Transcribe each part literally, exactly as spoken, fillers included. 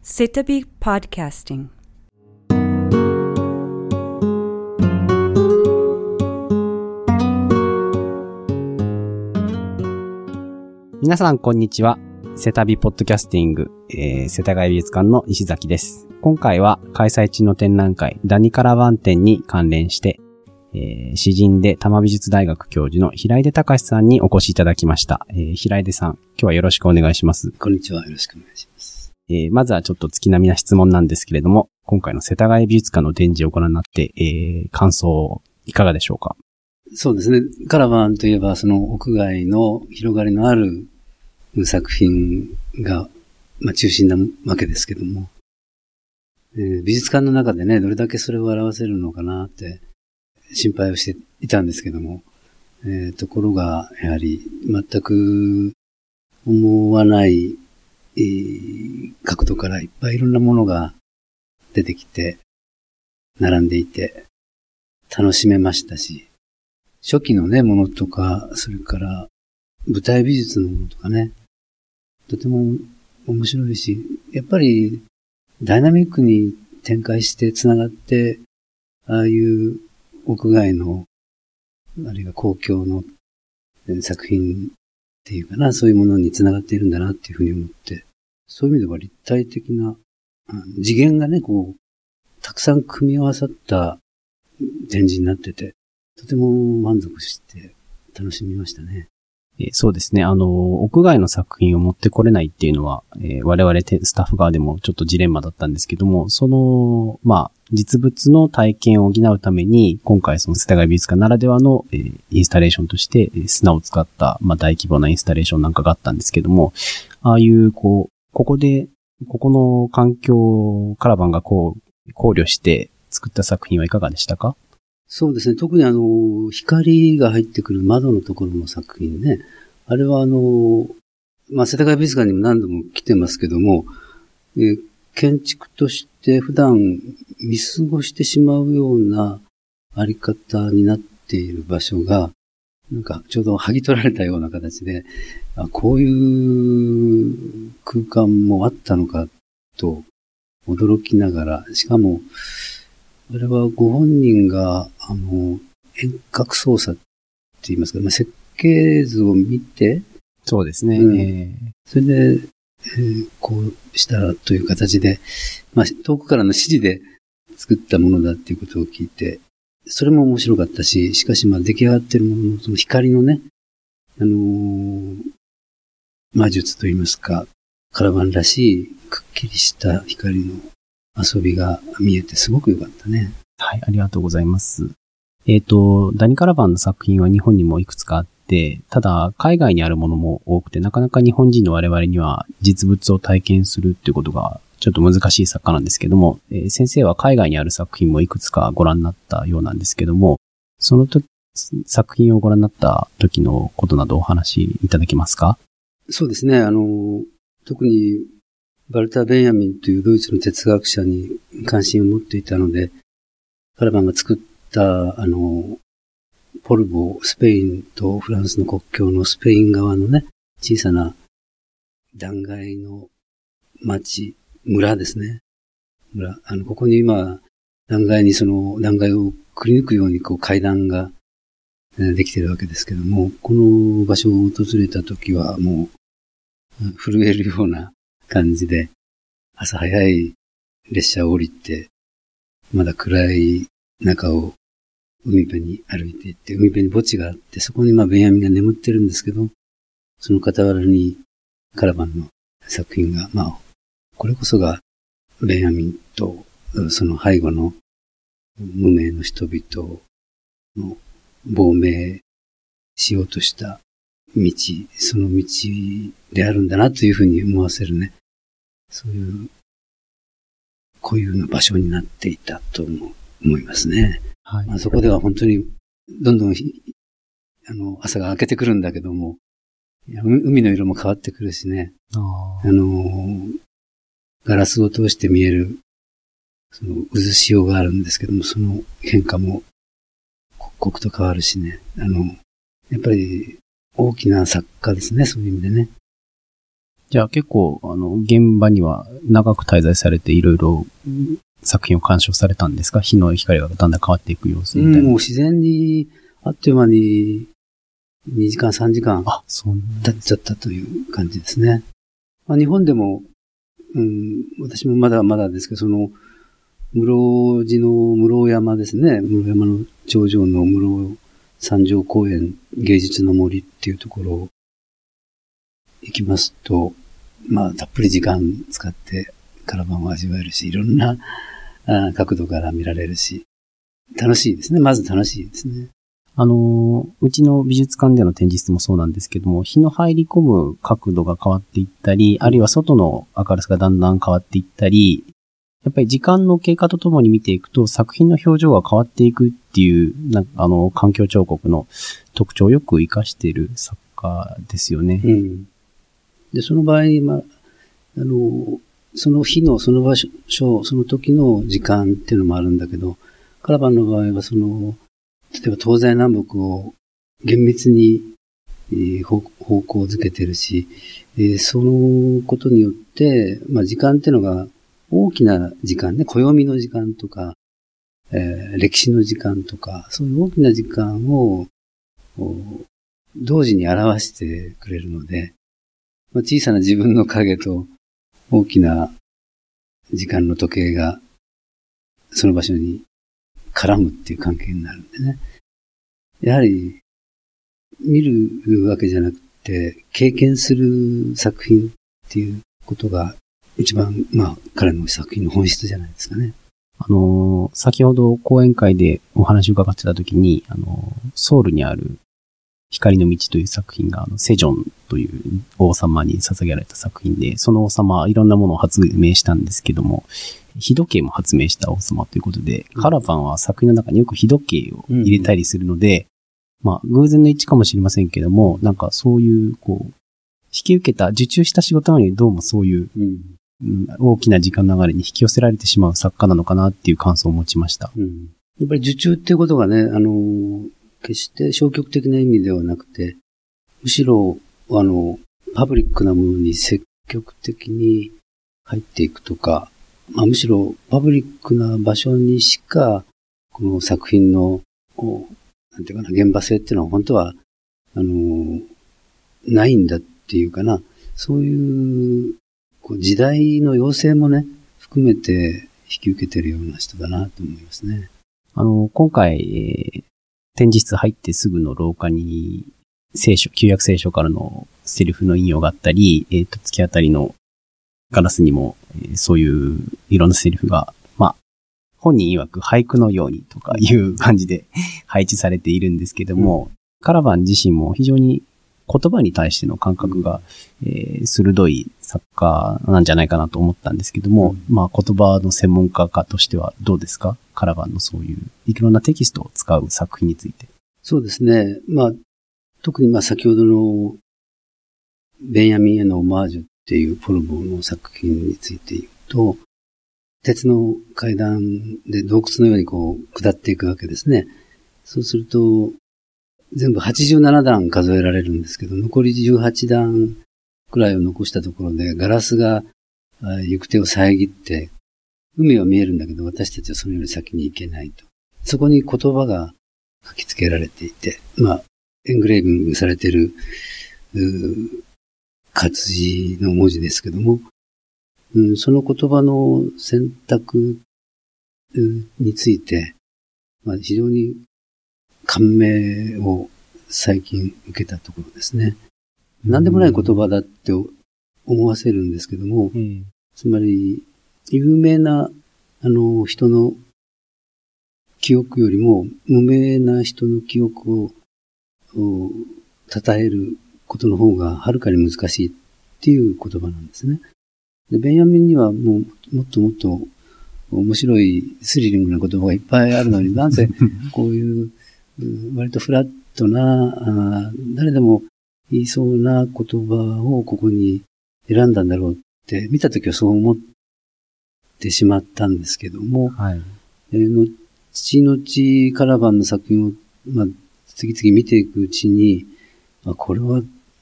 Sitabi Podcasting。 皆さんこんにちは。セタビポッドキャスティング、えー、世田谷美術館の石崎です。今回は開催中の展覧会ダニカラバン展に関連して、えー、詩人で多摩美術大学教授の平出隆さんにお越しいただきました。えー、平出さん、今日はよろしくお願いします。 こんにちは、よろしくお願いします。 えー、まずはちょっと月並みな質問なんですけれども、今回の世田谷美術館の展示をご覧になって、えー、感想いかがでしょうか？ そうですね。カラバンといえばその屋外の広がりのある作品が、まあ、中心なわけですけども、えー、美術館の中でね、どれだけそれを表せるのかなって心配をしていたんですけども、えー、ところがやはり全く思わないえー、角度からいっぱいいろんなものが出てきて、並んでいて、楽しめましたし、初期のね、ものとか、それから舞台美術のものとかね、とても面白いし、やっぱりダイナミックに展開して繋がって、ああいう屋外の、あるいは公共の作品っていうかな、そういうものに繋がっているんだなっていうふうに思って、そういう意味では立体的な、次元がね、こう、たくさん組み合わさった展示になってて、とても満足して楽しみましたね。 えー、そうですね。あの、屋外の作品を持ってこれないっていうのは、えー、我々スタッフ側でもちょっとジレンマだったんですけども、その、まあ、実物の体験を補うために、今回その世田谷美術館ならではの、えー、インスタレーションとして、砂を使った、まあ、大規模なインスタレーションなんかがあったんですけども、ああいう、こう、ここで、ここの環境、カラバンがこう、考慮して作った作品はいかがでしたか？ そうですね。特にあの、光が入ってくる窓のところの作品ね。あれはあの、まあ、世田谷美術館にも何度も来てますけども、えー、建築として普段見過ごしてしまうようなあり方になっている場所が、なんかちょうど剥ぎ取られたような形で、あ、こういう空間もあったのかと驚きながら、しかも、あれはご本人が、あの、遠隔操作って言いますか、まあ、設計図を見て、 そうですね。 うんえー、 それで、えー、こうしたらという形で、まあ、遠くからの指示で作ったものだっていうことを聞いて、それも面白かったし、しかしまあ出来上がっているもののその光のね、あのー、魔術といいますか、カラバンらしいくっきりした光の遊びが見えてすごく良かったね。 はい、ありがとうございます。えっと、ダニカラバンの作品は日本にもいくつかあって、ただ海外にあるものも多くて、なかなか日本人の我々には実物を体験するっていうことがちょっと難しい作家なんですけども、えー、先生は海外にある作品もいくつかご覧になったようなんですけども、その時、作品をご覧になった時のことなどお話しいただけますか？ そうですね。あの、特にバルター・ベンヤミンというドイツの哲学者に関心を持っていたので、カラバンが作った、あの、ポルボ、スペインとフランスの国境のスペイン側のね、小さな断崖の町、村ですね。村。あの、ここに今、断崖にその、断崖をくり抜くようにこう階段ができてるわけですけども、この場所を訪れた時はもう、震えるような感じで、朝早い列車を降りて、まだ暗い中を海辺に歩いていって、海辺に墓地があって、そこにまあベンヤミンが眠ってるんですけど、その傍らにカラバンの作品が、まあ、これこそがベンヤミンとその背後の無名の人々の亡命しようとした道、その道であるんだなというふうに思わせるね、そういう固有の場所になっていたと思いますね。はい。まあ、そこでは本当にどんどんあの朝が明けてくるんだけども、海の色も変わってくるしね。あ, あのガラスを通して見えるその渦潮があるんですけども、その変化も刻々と変わるしね。あのやっぱり大きな作家ですね、そういう意味でね。 じゃあ結構、あの、現場には長く滞在されていろいろ作品を鑑賞されたんですか？日の光がだんだん変わっていく様子みたいな。 うん、もう自然に、あっという間ににじかん、さんじかんあ、そう経っちゃったという感じですね。まあ、日本でも、うん、私もまだまだですけど、その、室寺の室山ですね。室山の頂上の室三条公園芸術の森っていうところ行きますと、まあ、たっぷり時間使ってカラバンを味わえるし、いろんなあ角度から見られるし、楽しいですね。まず楽しいですね。 あの、うちの美術館での展示室もそうなんですけども、日の入り込む角度が変わっていったり、あるいは外の明るさがだんだん変わっていったり、やっぱり時間の経過とともに見ていくと作品の表情が変わっていくっていう、なんかあの、環境彫刻の特徴をよく活かしている作家ですよね。 うん。で、その場合に、まあ、あの、その日の、その場所、その時の時間っていうのもあるんだけど、カラバンの場合はその、例えば東西南北を厳密に、えー、方, 方向づけてるし、えー、そのことによって、まあ時間っていうのが大きな時間ね、暦の時間とか、えー、歴史の時間とか、そういう大きな時間を同時に表してくれるので、まあ、小さな自分の影と大きな時間の時計がその場所に絡むっていう関係になるんでね。やはり見るわけじゃなくて経験する作品っていうことが一番、まあ彼の作品の本質じゃないですかね。 あの、先ほど講演会でお話を伺ってた時に、あの、ソウルにある光の道という作品が、あの、セジョンという王様に捧げられた作品で、その王様はいろんなものを発明したんですけども、日時計も発明した王様ということで、うん、カラバンは作品の中によく日時計を入れたりするので、うん、まあ、偶然の一致かもしれませんけども、なんかそういう、こう、引き受けた、受注した仕事なのにどうもそういう、うんうん、大きな時間の流れに引き寄せられてしまう作家なのかなっていう感想を持ちました。 うん、やっぱり受注っていうことがね、あのー、決して消極的な意味ではなくて、むしろ、あの、パブリックなものに積極的に入っていくとか、まあ、むしろパブリックな場所にしか、この作品の、なんていうかな、現場性っていうのは本当は、あの、ないんだっていうかな、そういう、こう時代の要請もね、含めて引き受けてるような人だなと思いますね。 あの、今回、えー、展示室入ってすぐの廊下に、聖書、旧約聖書からのセリフの引用があったり、えっと、突き当たりのガラスにも、えー、そういういろんなセリフが、まあ、本人曰く俳句のようにとかいう感じで配置されているんですけども、うん、カラバン自身も非常に言葉に対しての感覚が、えー、鋭い作家なんじゃないかなと思ったんですけども、うん、まあ言葉の専門家としてはどうですか？カラバンのそういういろんなテキストを使う作品について。 そうですね。まあ特にまあ先ほどのベンヤミンへのオマージュっていうポルボの作品について言うと、鉄の階段で洞窟のようにこう下っていくわけですね。そうすると全部はちじゅうななだん数えられるんですけど、残りじゅうはちだんくらいを残したところでガラスが行く手を遮って、海は見えるんだけど私たちはそのより先に行けないと。そこに言葉が書き付けられていて、まあ、エングレービングされている活字の文字ですけども、うん、その言葉の選択について、まあ、非常に感銘を最近受けたところですね。何でもない言葉だって思わせるんですけども、うん、つまり有名なあの人の記憶よりも無名な人の記憶を称えることの方がはるかに難しいっていう言葉なんですね。で、ベンヤミンにはもうもっともっと面白いスリリングな言葉がいっぱいあるのに、なぜこういう割とフラットな、誰でも言いそうな言葉をここに選んだんだろうって見たときはそう思ってしまったんですけども、はい、えー、後々カラバンの作品を、まあ、次々見ていくうちに、あ、これは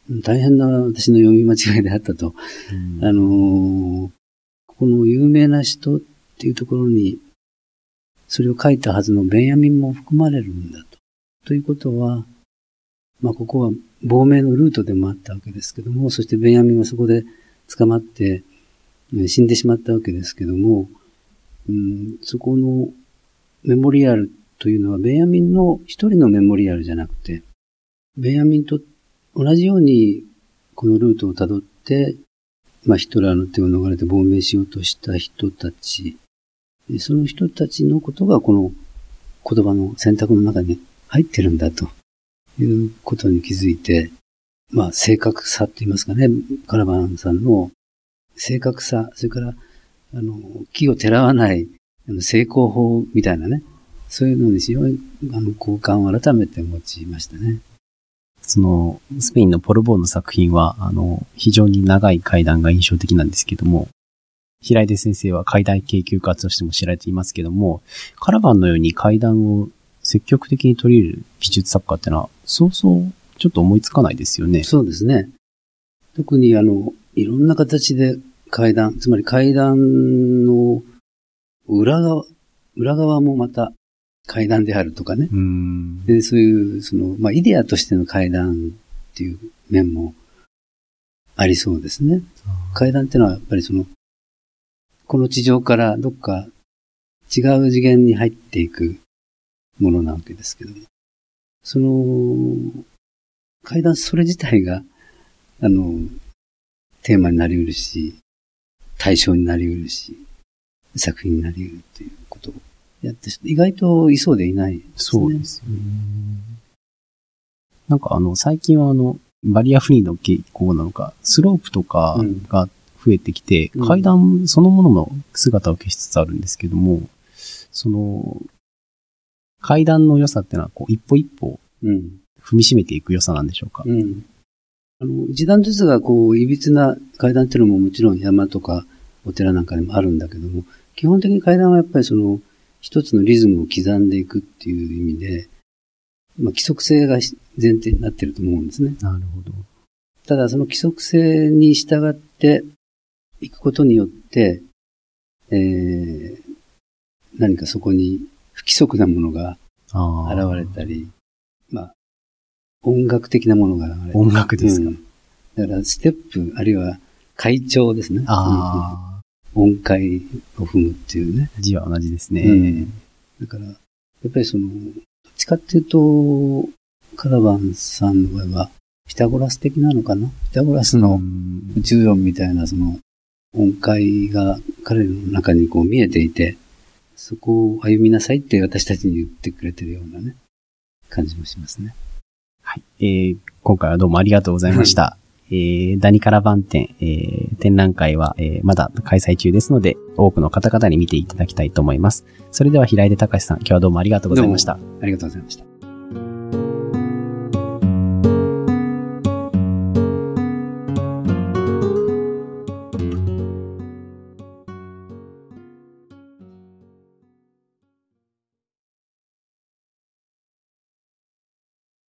大変な私の読み間違いであったと。うん、あのー、この有名な人っていうところに、それを書いたはずのベンヤミンも含まれるんだと。ということは、まあここは亡命のルートでもあったわけですけども、そしてベンヤミンはそこで捕まって死んでしまったわけですけども、うん、そこのメモリアルというのはベンヤミンの一人のメモリアルじゃなくて、ベンヤミンと同じようにこのルートをたどって、まあヒトラーの手を逃れて亡命しようとした人たち、その人たちのことがこの言葉の選択の中に入ってるんだということに気づいて、まあ正確さと言いますかね、カラバンさんの正確さ、それからあの奇をてらわない成功法みたいなね、そういうのに非常にあの好感を改めて持ちましたね。 そのスペインのポルボーの作品はあの非常に長い階段が印象的なんですけども、平出先生は階段研究家としても知られていますけども、カラバンのように階段を積極的に取り入れる美術作家ってのはそうそうちょっと思いつかないですよね。 そうですね。特にあのいろんな形で階段、つまり階段の裏側、裏側もまた階段であるとかね。 うん、 で、そういう、その、まあ、イデアとしての階段っていう面もありそうですね。階段ってのはやっぱりその、この地上からどっか違う次元に入っていくものなわけですけども、その、階段それ自体が、あの、テーマになり得るし、対象になり得るし、作品になり得るということをやって、意外といそうでいないですね。 そうですよね。なんかあの、最近はあの、バリアフリーの傾向なのか、スロープとかが増えてきて、うん、階段そのものの姿を消しつつあるんですけども、その、階段の良さってのはこう一歩一歩踏みしめていく良さなんでしょうか。 うん、あの一段ずつがこう、いびつな階段っていうのももちろん山とかお寺なんかにもあるんだけども、基本的に階段はやっぱりその、一つのリズムを刻んでいくっていう意味で、まあ、規則性が前提になっていると思うんですね。 なるほど。 ただその規則性に従っていくことによって、えー、何かそこに不規則なものが現れたり、まあ、音楽的なものが現れたり。 音楽ですか、うん、 だからステップ、あるいは階調ですね。 あうん、音階を踏むっていうね。 字は同じですね。 うん、だから、やっぱりその、どっちかっていうと、カラバンさんの場合は、ピタゴラス的なのかな？ピタゴラスの宇宙音みたいなその音階が彼の中にこう見えていて、そこを歩みなさいって私たちに言ってくれてるようなね、感じもしますね。 はい。えー、今回はどうもありがとうございました。えー、ダニカラバン展、えー、展覧会は、えー、まだ開催中ですので、多くの方々に見ていただきたいと思います。それでは平出隆さん、今日はどうもありがとうございました。 ありがとうございました。